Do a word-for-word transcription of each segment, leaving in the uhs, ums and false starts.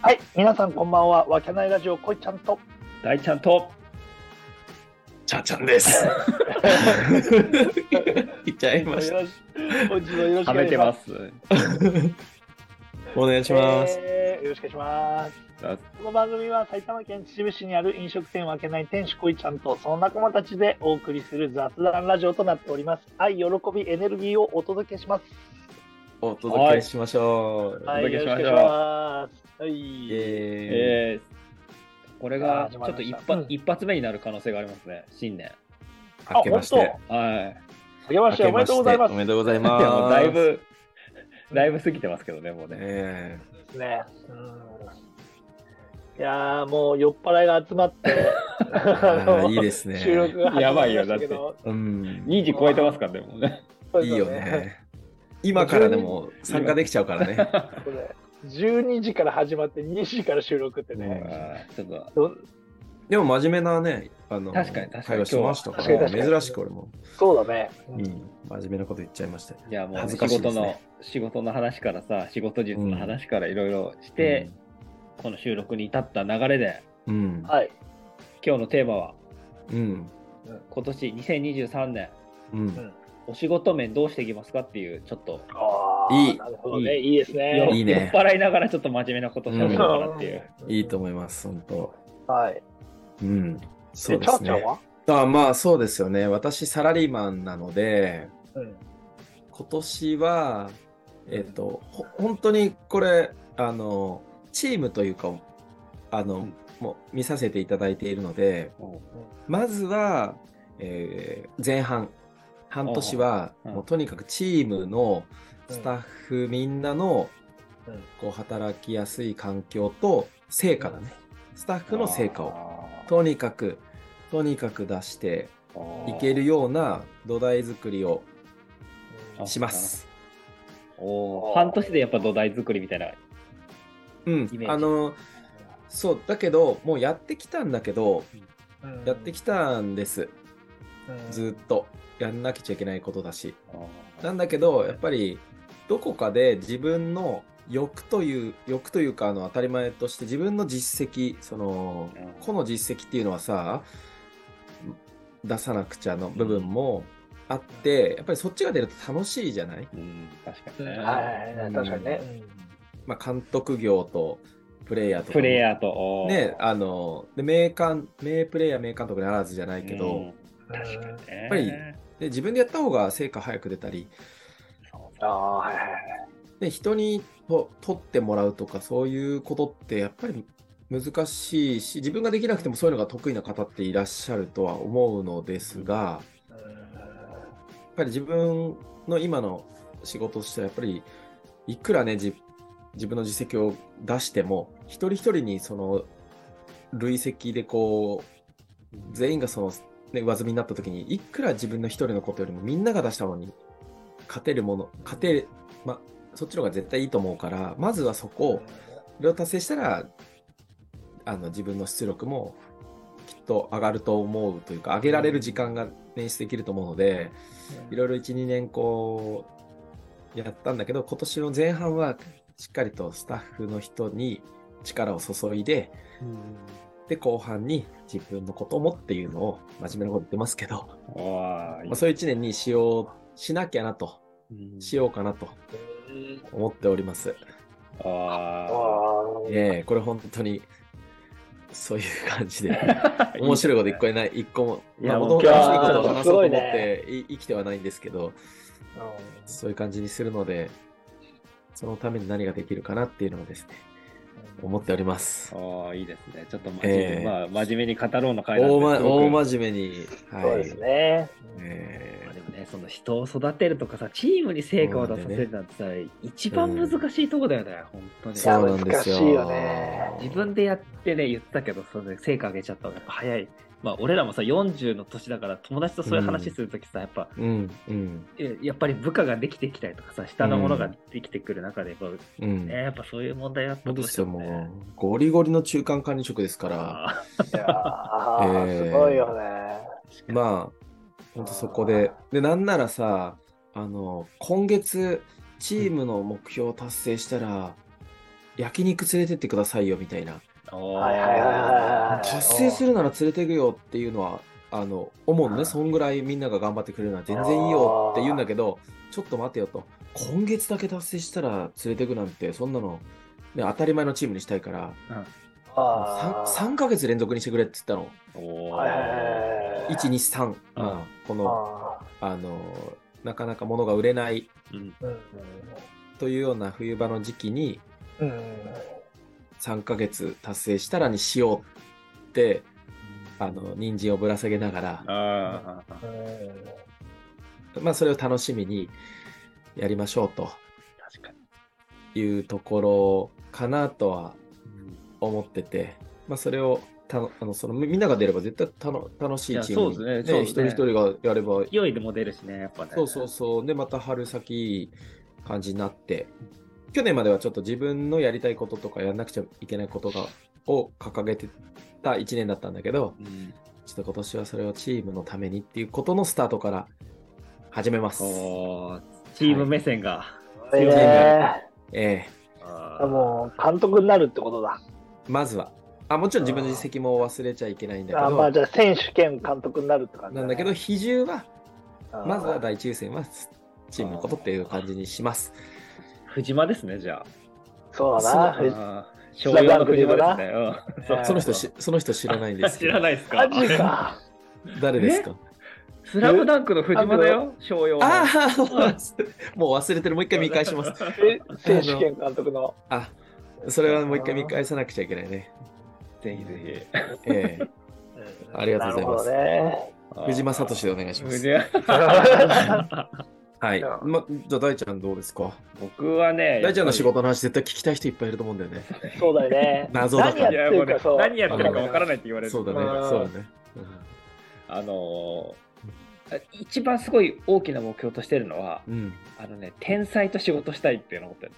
はい、皆さんこんばんは。わけないラジオこいちゃんと大ちゃんとちゃんちゃんです。言っちゃいました。 本日もよろしくおはめて願いしま。 ますす。 お願いします。 えーよろしくお願いします。この番組は埼玉県秩父市にある飲食店わけない店主こいちゃんとその仲間たちでお送りする雑談ラジオとなっております。愛、喜び、エネルギーをお届けします。 お届けしましょう。 はい、 お届けしましょうよろくお願いします。はい。 ええー、これがちょっと一発、 うん一発目になる可能性がありますね、新年。 ー、明けまして。 はい。 あけましておめでとうございます。 おめでとうございいやもます。 うだいぶ、だいぶ過ぎてますけどね、もうね。 えですね。うんいやーもう酔っ払いが集まってー、あーいいですね。 収録が始まりましたけど、 うん。 にじ超えてますからね、もうね。 そうですいいよね。今からでも参加できちゃうからね。 これじゅうにじから始まってにじから収録ってね、 あーちょっと、 どでも真面目なね、あの、 確かに確かに会話しましたか確かにら、 確かに珍しく俺も。 そうだね。 うん。真面目なこと言っちゃいましたよ。 いやもう、 恥ず仕かしいですね事の、仕事の話からさ、仕事術の話からいろいろして、この収録に至った流れで、 うん。 はい。 今日のテーマは、 うん。 今年にせんにじゅうさんねん、 うん。 うんお仕事面どうしていきますかっていう、ちょっと、 あいいーなるほどね。いいですね。 いいね酔っ払いながらちょっと真面目なこと喋ろうかなっていう。 いいと思います、本当。 はい。 うん。そうえ、 ですね。 ちゃんちゃんは？ あまあそうですよね。私サラリーマンなので、 うん。 今年は、えっと、ほ本当にこれ、あの、チームというか、あの、 うんもう見させていただいているので、まずは、えー前半、半年は、 うんもうとにかくチームのスタッフみんなの、 うんこう働きやすい環境と成果だね。スタッフの成果を、 をとにかく、とにかく出していけるような土台作りをしま。す。 おー半年でやっぱ土台作りみたいな。 うんイメージ。 あの、そう、だけど、もうやってきたんだけど、 うんやってきたんです。 うんずっと。やんなきゃいけないことだし。 あーなんだけど、やっぱり、どこかで自分の欲という、欲というか、あの、当たり前として自分の実績、そのうん、 個の実績っていうのはさ、出さなくちゃの部分もあって、やっぱりそっちが出ると楽しいじゃない？ うん、確かにね。 はいはいはい、確かにね。 まあ、監督業とプレイヤーとかもプレイヤーと、おーね、あの、で、名監、名プレイヤー、名監督にあらずじゃないけど、 うん確かにね。やっぱりで自分でやった方が成果早く出たり、 ああ、はいはいはい。 で人にと取ってもらうとかそういうことってやっぱり難しいし、自分ができなくてもそういうのが得意な方っていらっしゃるとは思うのですが、やっぱり自分の今の仕事としてはやっぱりいくらね自自分の実績を出しても一人一人にその累積でこう全員がその、ね、上積みになった時にいくら自分の一人のことよりもみんなが出したのに勝てるもの勝てる、まそっちの方が絶対いいと思うから、まずはそこをそれを達成したらあの自分の出力もきっと上がると思うというか、上げられる時間が捻出できると思うので、いろいろいち、にねんこうやったんだけど、今年の前半はしっかりとスタッフの人に力を注いで、で後半に自分のこともっていうのを真面目なこと言ってますけど、 わーまあ、そういういちねんにしようしなきゃなと、 うんしようかなと思っております。 ああええこれ本当にそういう感じでー面白いこと一個ない、一個も、 いやまあ、もともともう楽しいことを話そうと思っすごいてい生きてはないんですけど、そういう感じにするので、そのために何ができるかなっていうのをですね、思っております。 ああ、いいですね。ちょっと真面目、 えーまあ、真面目に語ろうの会なん大,、 ですごくま、大真面目に、はい。 そうですね。 えまあでもね、その人を育てるとかさ、チームに成果を出させるなんてさ、一番難しいとこだよね、本当に。 ーそうなんですよ。 難しいよね自分でやってね、言ったけど、それ成果上げちゃった方がやっぱ早い。まあ、俺らもさ、よんじゅうの年だから、友達とそういう話するときさ、やっぱ、 うん、うん、 えやっぱり部下ができてきたりとかさ、下のものができてくる中で、こううん。 ね、やっぱそういう問題があったそうですよ、 ねもう、ゴリゴリの中間管理職ですから、 あいやー、 えーすごいよね。 ーまあ、ほんとそこで、で、なんならさ、あの、今月、チームの目標を達成したら、 焼肉連れてってくださいよみたいな。 はいはいはいはい達成するなら連れてくよっていうのは、あの、思うのね。そんぐらいみんなが頑張ってくれるのは全然いいよって言うんだけど、ちょっと待てよと。今月だけ達成したら連れてくなんて、そんなの、ね、当たり前のチームにしたいから、 あ 3, 3ヶ月連続にしてくれって言ったの。 おはいはいはいいち、に、さん。 うんこの、 ああの、なかなか物が売れないうんーうんというような冬場の時期に、 うんさんかげつ達成したらにしようって、あの、人参をぶら下げながら、 あうんまあ、それを楽しみにやりましょうと確かいうところかなとはに。 思ってて、まあ、それをたのあのそのみんなが出れば絶対たの楽しいチームに、 いやそうですねそうですね一人一人がやれば、 勢いでも出るしね、やっぱね。 そうそうそう、で、また春先いい感じになって、去年まではちょっと自分のやりたいこととかやらなくちゃいけないことがを掲げてたいちねんだったんだけど、 うん。 ちょっと今年はそれをチームのためにっていうことのスタートから始めます。 おーチーム目線が。 え強いええあーもう監督になるってことだ。 えまずはあ、もちろん自分の実績も忘れちゃいけないんだけど、 あまあじゃあ選手兼監督になるって感じなんだけど、比重は、 あーまずは大抽選はチームのことっていう感じにします。 藤間ですね、じゃそうだな。 あ。あー小よんの藤間ですね。うんそうその人し、その人知らないんです知けど、 らないですか。 マジか。 誰ですか？ スラムダンクの藤間だよ、小よんの。 ああ、もう忘れてる。もう一回見返します。 え選手兼監督の。 あ、それはもう一回見返さなくちゃいけないね。 ぜひぜええありがとうございますなるほどね。 ひ。 藤間聡でお願いします。 藤間はい。 うんま、じゃあ大ちゃんどうですか？ 僕はね、 大ちゃんの仕やっ事の話絶対聞きたい人いっぱいいると思うんだよね。 そうだよね。 謎だから何やぱりいやもうねってるかそう。 何やってるかわからないって言われる。 そうだね。 うんそうだね。 あのー、一番すごい大きな目標としてるのは、 うん。うんあのね、天才と仕事したいっていうのを思ってる。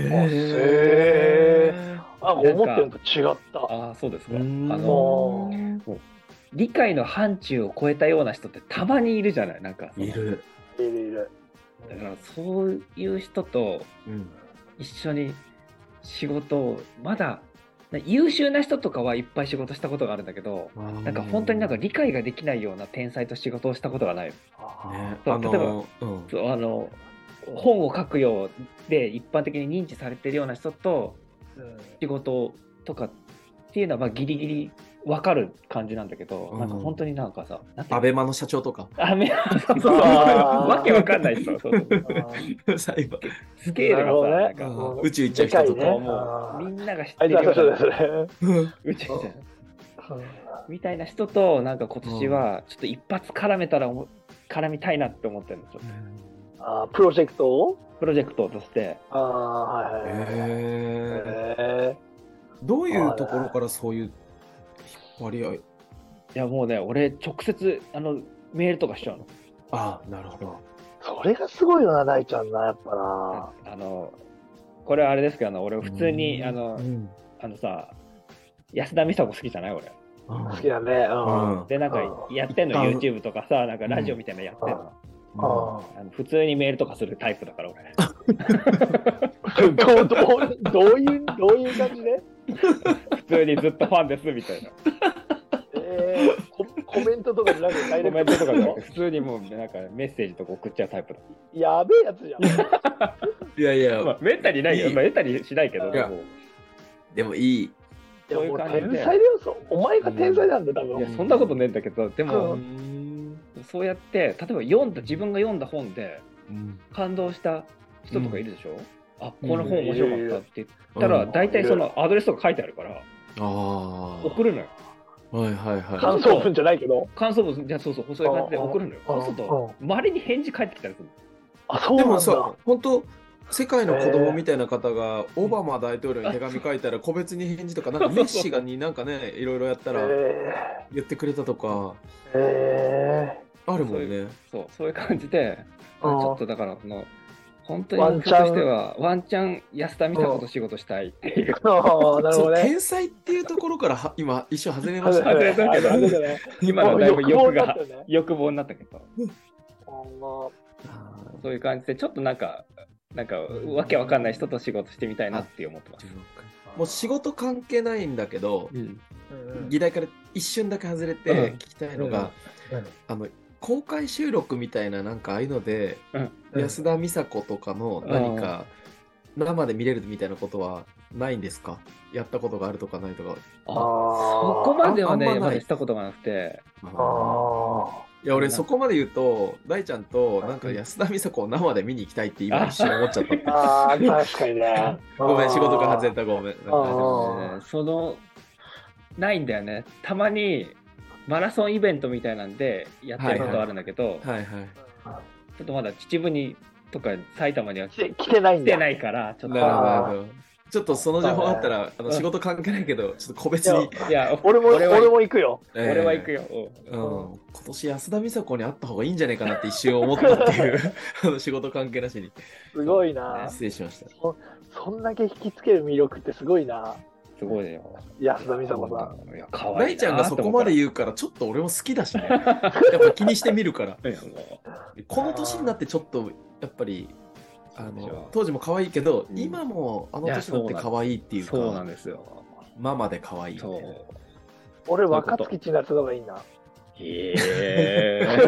へあ、思ってるのと違った。 ああ、そうですか。あうんの、 も理解の範疇を超えたような人ってたまにいるじゃないなんかそのいる。 う、いるいる。 だからそういう人とうん。 一緒に仕事をまだ優秀な人とかはいっぱい仕事したことがあるんだけど、なんか本当になんか理解ができないような天才と仕事をしたことがない。 ね、 そうあの、うん。 そうあの本を書くようで一般的に認知されてるような人とうん仕事とかっていうのはまあギリギリ分かる感じなんだけど、 うんなんか本当になんかさ、なんてアベマの社長とか。 あめそうそうあーわけわかんない人、そうそう裁判。 スケールがさ、 なるなんかうんほどね宇宙行っちゃう人とか。 でかいねもうみんなが知っあいつてるようなはそうですね。 うん宇宙じゃんうんみたいな人となんか今年はちょっと一発絡めたらおも絡みたいなって思ってるのちょっとあープロジェクトをプロジェクトとしてああ、はいはいはい。 へえ。 へどういうところからそういう引っ張り合い？ いやもうね俺直接あのメールとかしちゃうのああ、なるほど。 ーそれがすごいよな、大ちゃんな、やっぱな。 あのこれはあれですけどあの俺普通にあのうんあのさ安田美沙子好きじゃない俺好きだね。うん。 うんでなんかやってんのうん YouTube とかさなんかラジオみたいなのやってんの,、 ああの普通にメールとかするタイプだから俺ーどうどうどういう、どういう感じで普通にずっとファンですみたいなえー、ココメントとかでなんかダイレコメントクトとかで普通にもうなんかメッセージとか送っちゃうタイプだ、 やべえやつじゃん。 いやいや、 まあ、めったにないよ、 いいまあ、めったにしないけどいやもうでもいい。 いやそういうもう感じで天才だよ、そうお前が天才なんだよ、多分。 いやそんなことねえんだけどでも、 ん。 そうやって例えば読んだ自分が読んだ本でうん感動した人とかいるでしょ、あこのうん本面白かったって言ったら、 うん大体そのアドレスとか書いてあるからああ。 送るのよはいはいはい。 感想文じゃないけど。 感想文じゃそうそうそういう感じで送るのよああそうするとまれに返事返ってきたりするのあ、そうなんだ。 でもさ、本当世界の子供みたいな方がオバマ大統領に手紙書いたら個別に返事とか、なんかメッシがになんかね、いろいろやったらえ言ってくれたとか、 ー、えあるもんね。 そうそういう感じでちうんょっとだからその本当に目標としてはワンチャン安田美沙子と仕事したいっていうー、ああ、なるほどね。 そう天才っていうところからは今一瞬外れました外れね。 たけどあれだね今のだいぶ欲望欲がになったよね欲望になったけどあそういう感じでちょっとなんかなんかわけわかんない人と仕事してみたいなって思ってます。 もう仕事関係ないんだけど、 うん議題から一瞬だけ外れて聞きたいのが、 うんうんあの公開収録みたいななんかああいうので、 うん安田美沙子とかの何か生で見れるみたいなことはないんですか？やったことがあるとかないとか。 あそこまではね、 ああんまないまだしたことがなくて。 ああ。 いや俺そこまで言うと大ちゃんとなんか安田美沙子を生で見に行きたいって今一瞬思っちゃった。 ああ、確かにね。 ごめん、仕事から外れた、ごめん。 あーねそのないんだよね。たまにマラソンイベントみたいなんでやってることはあるんだけど、 はいはい。 ちょっとまだ秩父にとか埼玉には来来て来てないんだ。 てないからちょっとなるほどなあーるほど。ちょっとその情報あったら、あの仕事関係ないけど、ちょっと個別に。 いや俺も俺は俺も行くよ。 えー俺は行くよ。 うん、今年安田美沙子に会った方がいいんじゃないかなって一瞬思ったっていうあの仕事関係なしにすごいな。 失礼しました。 そそんだけ引きつける魅力ってすごいな。 すごいよ。 安田美沙子さん。 いや可愛いな大ちゃんがそこまで言うからちょっと俺も好きだしね。やっぱ気にしてみるから。 いやもこの年になってちょっとやっぱりあじゃあの当時も可愛いけど、 うん今もあの年になって可愛いっていうか、 そうなんですよ。 ママで可愛いよそね。 う。 俺、若槻千夏の方がいいな。 へえ。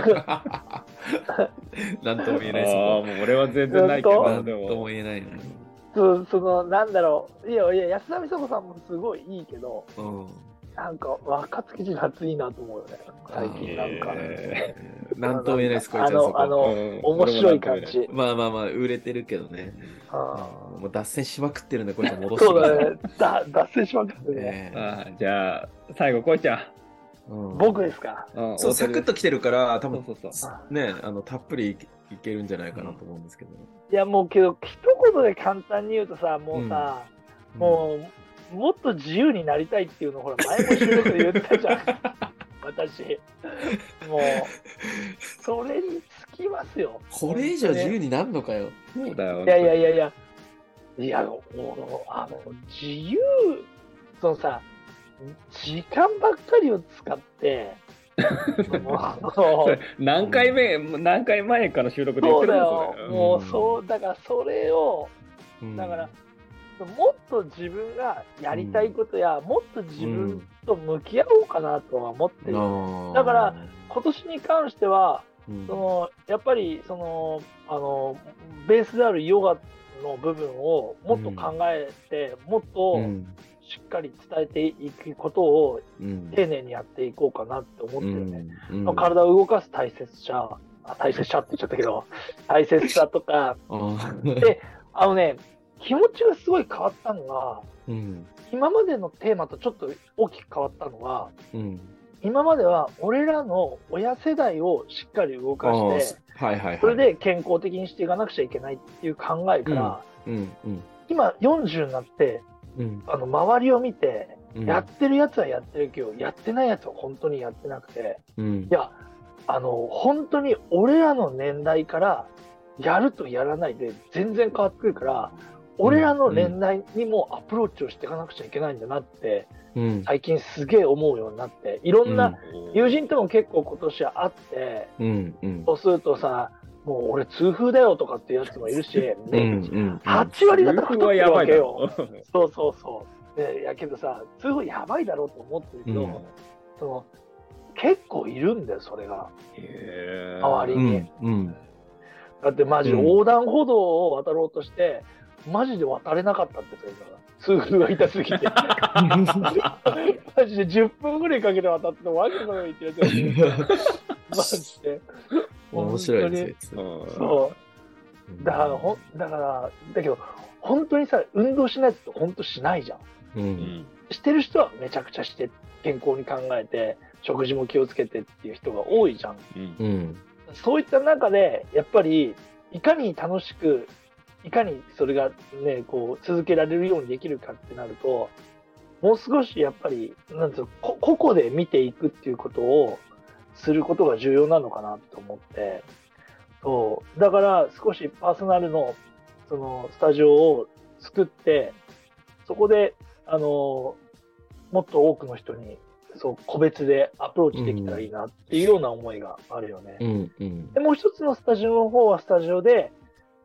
なんとも言えないああそこ。 もう俺は全然ないけ本ど。 なんとでもも言えないな。 そうそのなんだろう。いやいや、安田美沙子さんもすごいいいけど、 うん。 なんか若槻千夏いいなと思うよね。最近なんか。 へなんとも言えないです、こいつあはそこ。 のあのうん面白い感じ。 まあまあまあ、売れてるけどね。 あもう脱線しまくってるんで、こいつは戻してそうくるだね。だ脱線しまくってね。 ええああじゃあ最後こいちゃん。 うん僕ですか。 うんそう、サクッと来てるから、多分そうそうそう。 ね、あのたっぷりいけるんじゃないかなと思うんですけど。 いやもうけど一言で簡単に言うとさ、もうさ、もうもっと自由になりたいっていうのをほら前も収録で言ったじゃん。私。もうそれにつきますよ。 これ以上自由になるのかよ。 そうだよ。 いやいやいやいや。いやもうあの自由そのさ時間ばっかりを使って。もうそれ何回目、何回前から収録で言ってるそうだよのそれ。 もうそうだからそれをうんだから、もっと自分がやりたいことや、もっと自分と向き合おうかなとは思ってる、 うんだから、今年に関してはうんそのやっぱりそのあのベースであるヨガの部分をもっと考えて、もっとうんしっかり伝えていくことをうん丁寧にやっていこうかなって思ってるね、 うんまあ体を動かす大切さあ大切さって言っちゃったけど大切さとかあであのね気持ちがすごい変わったのがうん今までのテーマとちょっと大きく変わったのはうん今までは俺らの親世代をしっかり動かしてはいはいはい。 それで健康的にしていかなくちゃいけないっていう考えから、 うんうん今よんじゅうになってうんあの周りを見て、 うんやってるやつはやってるけどやってないやつは本当にやってなくてうんいやあの本当に俺らの年代からやるとやらないで全然変わってくるから俺らの年代にもアプローチをしていかなくちゃいけないんだなってうん最近すげえ思うようになっていろんな友人とも結構今年は会ってうんうんそうするとさもう俺痛風だよとかっていうやつもいるし、ねうんうんはち割方太ってるわけよ。 痛風はやばいだろそうそうそう。でやけどさ痛風やばいだろうと思ってるけど、 うんその結構いるんだよそれがへー周りに。 うんうんだってマジうん横断歩道を渡ろうとして、マジで渡れなかったってそれから痛風が痛すぎてマジでじゅっぷんぐらいかけて渡ってわけのように言ってるやつがいるマジで面白いですうんね。 そうだからほんだからだけど本当にさ運動しないと本当しないじゃん。 ううんんしてる人はめちゃくちゃして健康に考えて食事も気をつけてっていう人が多いじゃん。 うんうんそういった中でやっぱりいかに楽しくいかにそれがねこう続けられるようにできるかってなるともう少しやっぱりなんつうのこ個々で見ていくっていうことをすることが重要なのかなと思ってそうだから少しパーソナルのそのスタジオを作ってそこであのもっと多くの人にそう個別でアプローチできたらいいなっていうような思いがあるよね。 うんうんでもう一つのスタジオの方はスタジオで、まあ、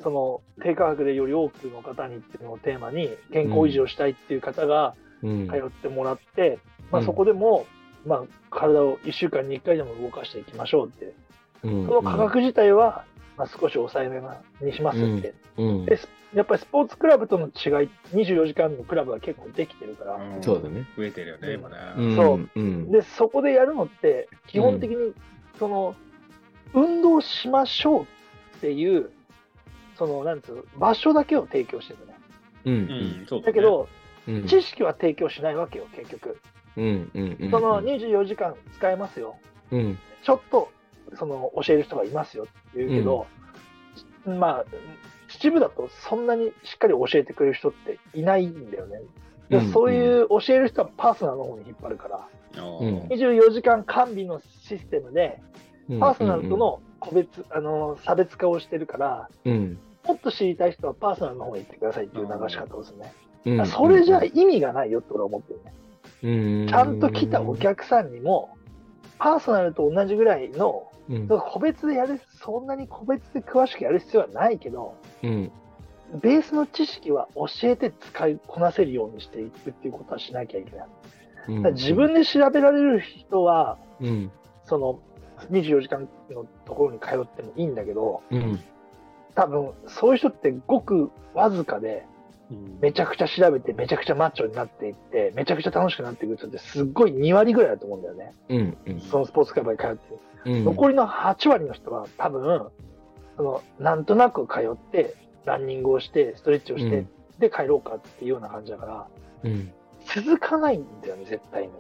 その低価格でより多くの方にっていうのをテーマに健康維持をしたいっていう方が通ってもらって、うんまあ、そこでも、まあ、体をいっしゅうかんにいっかいでも動かしていきましょうって、うん、その価格自体は、まあ、少し抑えめにしますって、うんうん、でやっぱりスポーツクラブとの違いにじゅうよじかんのクラブが結構できてるから、 うん、そうだね増えてるよね今ね、 うん、そう、うん、でそこでやるのって基本的にその、運動しましょうっていうそのなんつうの場所だけを提供してるね、 うんうんそうだね、 だけど、うん、知識は提供しないわけよ結局、 うんうんうんうん、 そのにじゅうよじかん使えますよ、うん、ちょっとその教える人がいますよって言うけど、うん、まあ秩父だとそんなにしっかり教えてくれる人っていないんだよね、うん、そういう教える人はパーソナルの方に引っ張るから、うん、にじゅうよじかん完備のシステムでパーソナルとの個別、あの差別化をしてるから、うん、もっと知りたい人はパーソナルの方に行ってくださいっていう流し方をするね、うん、それじゃ意味がないよって俺は思ってるね、うん、ちゃんと来たお客さんにもパーソナルと同じぐらいの、うん、個別でやるそんなに個別で詳しくやる必要はないけど、うん、ベースの知識は教えて使いこなせるようにしていくっていうことはしなきゃいけない、うん、だから自分で調べられる人は、うん、そのにじゅうよじかんのところに通ってもいいんだけど、うん、多分そういう人ってごくわずかでめちゃくちゃ調べてめちゃくちゃマッチョになっていってめちゃくちゃ楽しくなっていく人ってすっごいにわりぐらいだと思うんだよね、うんうん、そのスポーツクラブに通ってる、うん、残りのはちわりの人は多分そのなんとなく通ってランニングをしてストレッチをして、うん、で帰ろうかっていうような感じだから、うん、続かないんだよね絶対に。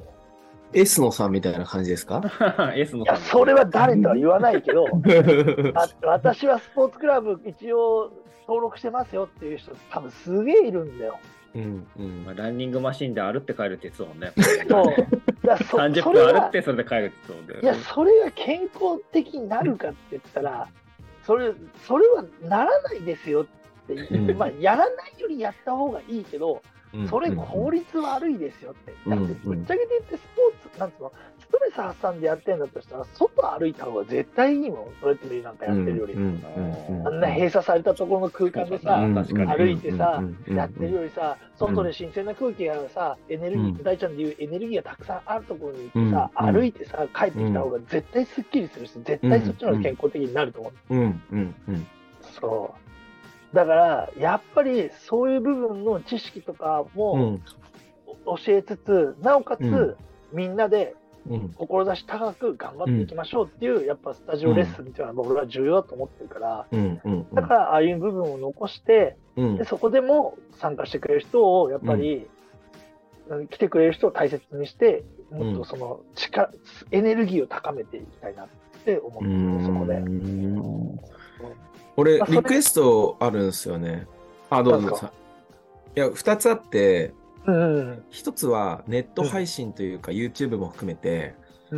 S 野さんみたいな感じですか？ S 野さん。 いや、それは誰とは言わないけど、私はスポーツクラブ一応登録してますよっていう人多分すげえいるんだよ。 うんうんまあ、ランニングマシンで歩って帰るって言ってたもんね。 そうだそさんじゅっぷん歩ってそれで帰るって言ってたもんね。 いや、それが健康的になるかって言ったら、それ、それはならないですよって言って、うん、まあ、やらないよりやった方がいいけど、それ効率悪いですよって。だってぶっちゃけて言ってスポーツ、なんつうの、ストレス発散でやってんだとしたら、外歩いた方が絶対いいもん。それってなんかやってるより。あんな閉鎖されたところの空間でさ、歩いてさ、やってるよりさ、外で新鮮な空気がさ、エネルギー、大ちゃんで言うエネルギーがたくさんあるところに行ってさ、歩いてさ、帰ってきた方が絶対スッキリするし、絶対そっちの方が健康的になると思う。うんうんうん。そう。だからやっぱりそういう部分の知識とかも教えつつ、うん、なおかつ、うん、みんなで志高く頑張っていきましょうっていう、うん、やっぱスタジオレッスンっていうのは俺は重要だと思ってるから、うんうんうん、だからああいう部分を残して、うん、でそこでも参加してくれる人をやっぱり、うん、来てくれる人を大切にしてもっとその力、エネルギーを高めていきたいなって思ってる、そこで。 俺、リクエストあるんですよね。あ、どうぞさ。いや、二つあって、うん、一つはネット配信というか、うん、YouTube も含めて、うん、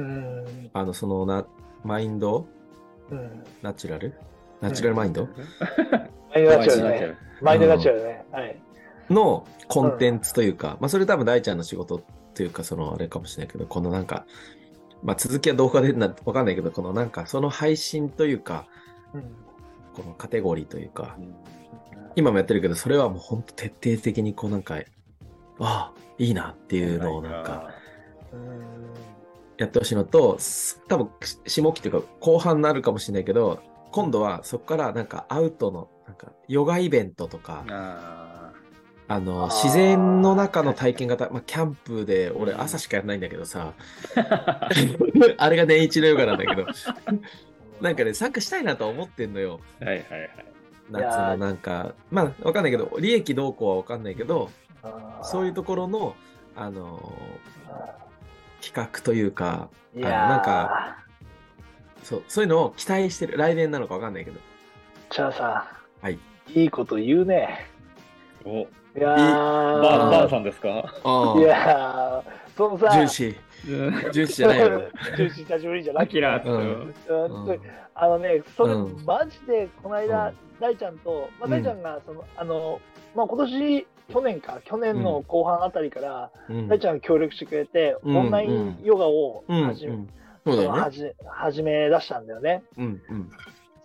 あの、そのな、マインド、うん、ナチュラルナチュラルマインド、 マインドナチュラルね。マインドナチュラルね。はい。 のコンテンツというか、まあ、それ多分大ちゃんの仕事というか、その、あれかもしれないけど、このなんか、まあ、続きは動画でなわかんないけど、このなんか、その配信というか、うんこのカテゴリーというか、うん、今もやってるけど、それはもう本当徹底的にこうなんか、ああ、いいなっていうのをなんか、やってほしいのと、多分、下期というか後半になるかもしれないけど、今度はそこからなんかアウトの、なんかヨガイベントとか、ああの、自然の中の体験型、まあ、キャンプで、俺朝しかやらないんだけどさ、あれが年一のヨガなんだけど、なんかね、参加したいなとは思ってんのよ。はいはいはい。夏のなんか、まあわかんないけど、利益どうこうはわかんないけど、そういうところの、あのー、企画というか、あのなんかそう、そういうのを期待してる。来年なのかわかんないけど。 チャーさん、 はい。 いいこと言うね。 お、いやー、バーバーさんですか？ いやー、そのさ、 ジューシー。ジューシーじゃないよ。 ジューシー久しぶりじゃなくて。 アキラあのね、それ、うん、マジでこの間、うん、大ちゃんと、まあ、大ちゃんがその、うん、あの、まあ、今年、去年か、去年の後半あたりから、うん、大ちゃんが協力してくれて、うん、オンラインヨガを始め、うんうん、はじ始め出したんだよね。うんうん、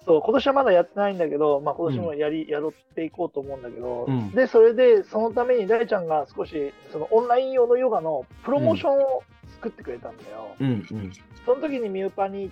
そう、今年はまだやってないんだけど、まあ、今年もやり、やろっていこうと思うんだけど、 うんで、それで、そのために大ちゃんが少し、そのオンライン用のヨガのプロモーションを作ってくれたんだよ。 うんうんその時にミューパに行って、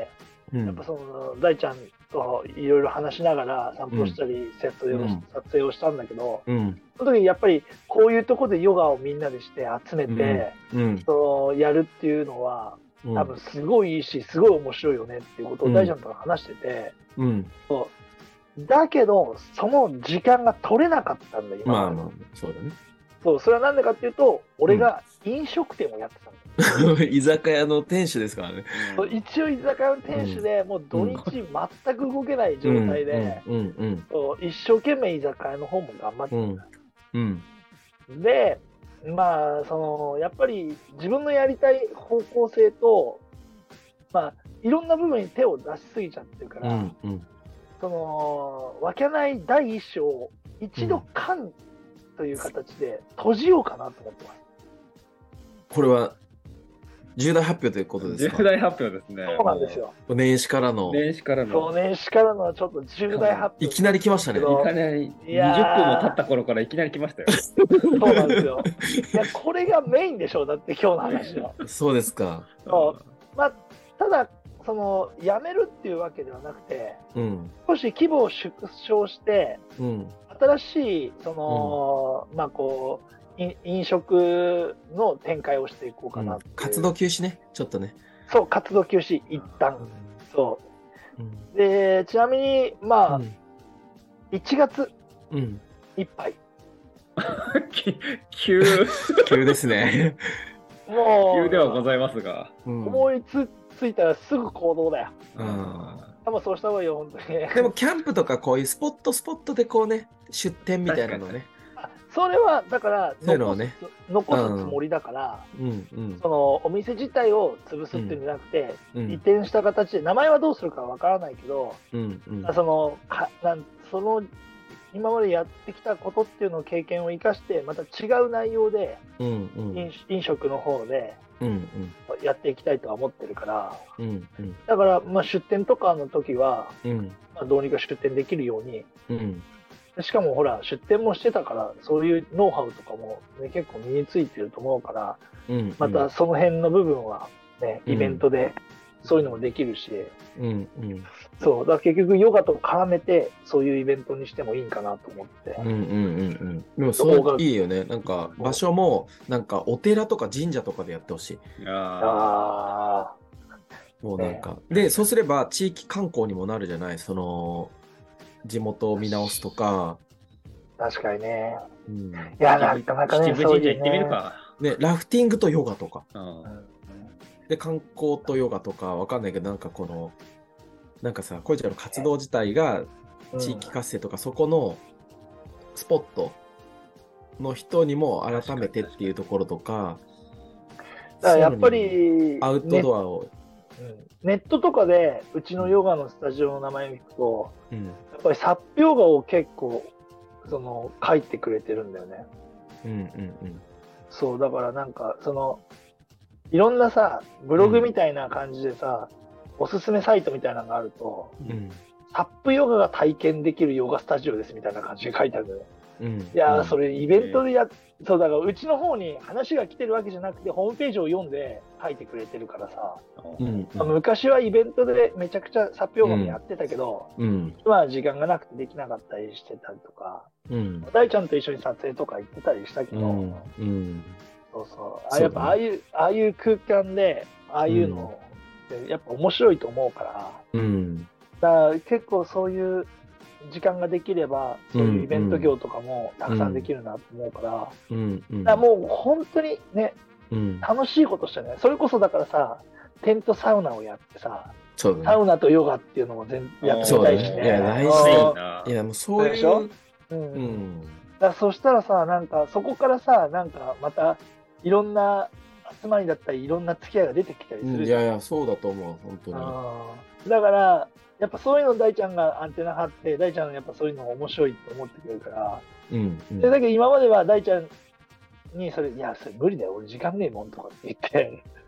うんやっぱその、大ちゃんといろいろ話しながら散歩したり、撮影を、 うん撮影をしたんだけど、 うんその時にやっぱりこういうところでヨガをみんなでして集めて、 うんそのやるっていうのは、 うん多分すごいいいし、すごい面白いよねっていうことを大ちゃんと話してて、 うんだけど、その時間が取れなかったんだ、今。 まあまあそうだね。 そう、それはなんでかっていうと、俺が飲食店をやってたんだよ。 居酒屋の店主ですからね。 そう一応居酒屋の店主で、もう土日全く動けない状態で、 うんうんそう一生懸命居酒屋の方も頑張ってうんうんた。で、まあ、その、やっぱり自分のやりたい方向性と、まあ、いろんな部分に手を出しすぎちゃってるかうら、 んうんその、分けない第一章を一度缶という形で閉じようかなと思ってます。 これは重大発表ということですか？ 重大発表ですね。 そうなんですよ。 年始からの。 年始からそう、 の。 年始からのちょっと重大発表。 いきなり来ましたね。 けどいきなりいやーにじゅっぷんも経った頃からいきなり来ましたよ。 そうなんですよ。いや、これがメインでしょう、だって今日の話は。 そうですか。 そうまあ、ただ、その、やめるっていうわけではなくて、 うん少し規模を縮小して、 うん新しい、その、まあこう、い飲食の展開をしていこうかなっていう、 活動休止ね、ちょっとね。 そう、活動休止、一旦。そうんう。で、ちなみに、まあ、いちがつうんいっぱい。 き急、 急ですね。 もう、 急ではございますが。 うん思いつついたらすぐ行動だよ。 うん多分そうした方がいいよ、本当に。 でもキャンプとかこういうスポットスポットでこうね、出店みたいなのね。 あそれは、だからそういうのをね残す、残すつもりだから、 うんうんそのお店自体を潰すっていうんじゃなくて、 うん移転した形で、名前はどうするかわからないけど、 うんうんそのかなんその今までやってきたことっていうのを経験を生かしてまた違う内容でうんうん飲飲食の方でうんやっていきたいとは思ってるからうんうんだからまあ出店とかの時は、 うんまあ、どうにか出店できるようにうんしかもほら出店もしてたからそういうノウハウとかも、ね、結構身についてると思うからうんまたその辺の部分はねイベントでそういうのもできるし、 うんうんそうだから結局ヨガと絡めてそういうイベントにしてもいいんかなと思って。 うんうんうんうんでもそういいよね。なんか場所もなんかお寺とか神社とかでやってほしい。 ああもうなんか、でそうすれば地域観光にもなるじゃない。その地元を見直すとか、 あ、確かにね。 うん、 いや、なかなかね、 秩父神社行ってみるか。 ねラフティングとヨガとかうんで観光とヨガとかわかんないけどなんかこのなんかさこいちゃんの活動自体が地域活性とかそこのスポットの人にも改めてっていうところとか、 だからやっぱりアウトドアを、 ネ,、うん、ネットとかでうちのヨガのスタジオの名前を聞くと、 うんやっぱりサップヨガを結構その書いてくれてるんだよね。 うんうんそうだからなんかそのいろんなさブログみたいな感じでさ、うん、おすすめサイトみたいなのがあると、 うん、 サップヨガが体験できるヨガスタジオですみたいな感じで書いてあるんだよね。 うん、 いやーそれイベントでやっ、そうだからうちの方に話が来てるわけじゃなくてホームページを読んで書いてくれてるからさ、 うんまあ昔はイベントでめちゃくちゃサップヨガもやってたけど、 うん今は時間がなくてできなかったりしてたりとか、 うん大ちゃんと一緒に撮影とか行ってたりしたけど、 うんうんそうそうあそうだねやっぱああいうああいう空間でああいうのってやっぱ面白いと思うから、 うんだから結構そういう時間ができればそういうイベント業とかもたくさんできるなと思うから、 うんうんだからもう本当にねうん楽しいことしたね。それこそだからさテントサウナをやってさ、 そうだねサウナとヨガっていうのも全やってそうだねみたいしね。 いや大うん事いやもうそうそうでしょいううんうんだからそしたらさなんかそこからさなんかまたいろんな集まりだったりいろんな付き合いが出てきたりすうんるじゃん。 いやいやそうだと思う本当にうんだからやっぱそういうの大ちゃんがアンテナ張って大ちゃんやっぱそういうの面白いと思ってくれるから、 うんうんでだけど今までは大ちゃんにそれいやそれ無理だよ俺時間ねえもんとかって言って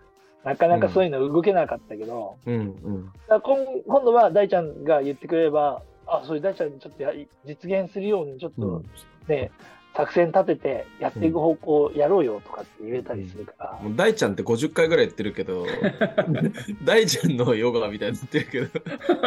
なかなかそういうの動けなかったけど、 うんうん。 だから今今度は大ちゃんが言ってくれれば、あ、そういう大ちゃんにちょっとやり実現するようにちょっとうんね、作戦立ててやっていく方向やろうよとかって言えたりするから。 もう大ちゃんってごじゅっかいぐらい言ってるけど、大ちゃんのヨガみたいに言ってるけど、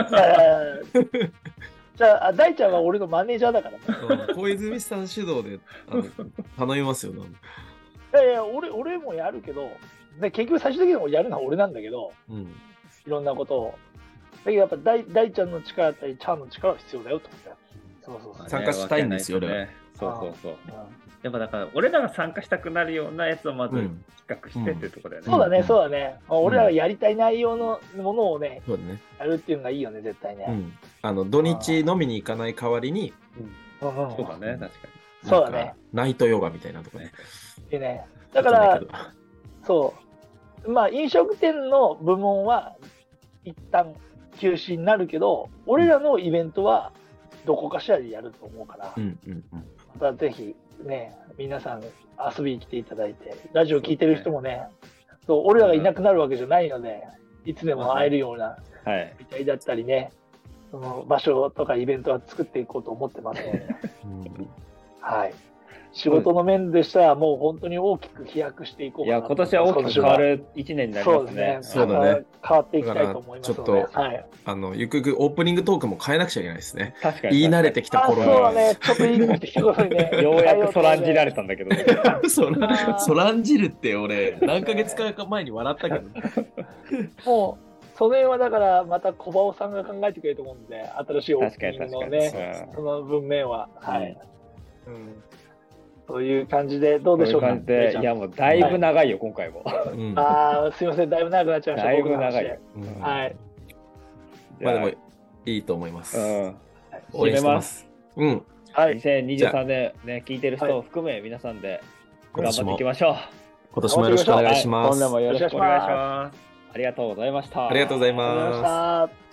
じゃあ、あ大ちゃんは俺のマネージャーだからね。 うん小泉さん主導であの頼みますよな。 いやいや、俺俺もやるけど、で結局最終的にもやるのは俺なんだけど、 うん。 いろんなことを。だけどやっぱ大大ちゃんの力だったり、チャーの力は必要だよと思って。そうそうそう。 参加したいんですよね俺は。 そうそうそう。 うんやっぱだから、俺らが参加したくなるようなやつをまずうん企画してっていうところだよね。 そうだね、 うんそうだね。俺らがやりたい内容のものをね、 そうだね。 やるっていうのがいいよね、絶対ね。 うん。あの、土日飲みに行かない代わりに、 うんうんうんそうだね、確かそうだねなんかナイトヨガみたいなとこね。 いいね。だからわんないけどそう。まあ、飲食店の部門は一旦休止になるけど、俺らのイベントはどこかしらでやると思うから、 うんうんうん。 またぜひね、皆さん遊びに来ていただいて、ラジオ聞いてる人もね、そう俺らがいなくなるわけじゃないので、いつでも会えるようなに。はい。 みたいだったりね、その場所とかイベントは作っていこうと思ってますので、 うんはい。仕事の面でしたら、もう本当に大きく飛躍していこういや、 かなと今年は大きく変わるいちねんになりますね。 そうだね。 変わっていきたいと思いますので、 だからはい。 あの、ゆくゆくオープニングトークも変えなくちゃいけないですね。 確かに。 言い慣れてきたあ、そう頃に。 だね。ちょっといいこと聞くことにね。 ようやくそらんじられたんだけど。 そら、 あーそらんじるって俺、何ヶ月か前に笑ったけど。 もう、その辺はだから、また小バオさんが考えてくれると思うんで、新しいオー確かにプニングの確かに。 ね、その文面は。はい。 うんそういう感じで、どうでしょうか。 そういう感じで、いや、もうだいぶ長いよ、今回も。 うんああ、すみません。だいぶ長くなっちゃいました。 だいぶ長いよ。 うん僕の話ではい。 まあでも、いいと思います。 うん。 応援してます。うん。 はい。 にせんにじゅうさんねんね、聞いてる人を含め、皆さんで頑張っていきましょう。 今年もよろしくお願いします。 はい今度もよろしくお願いします。ありがとうございました。 ありがとうございありがとうございま。 ますした。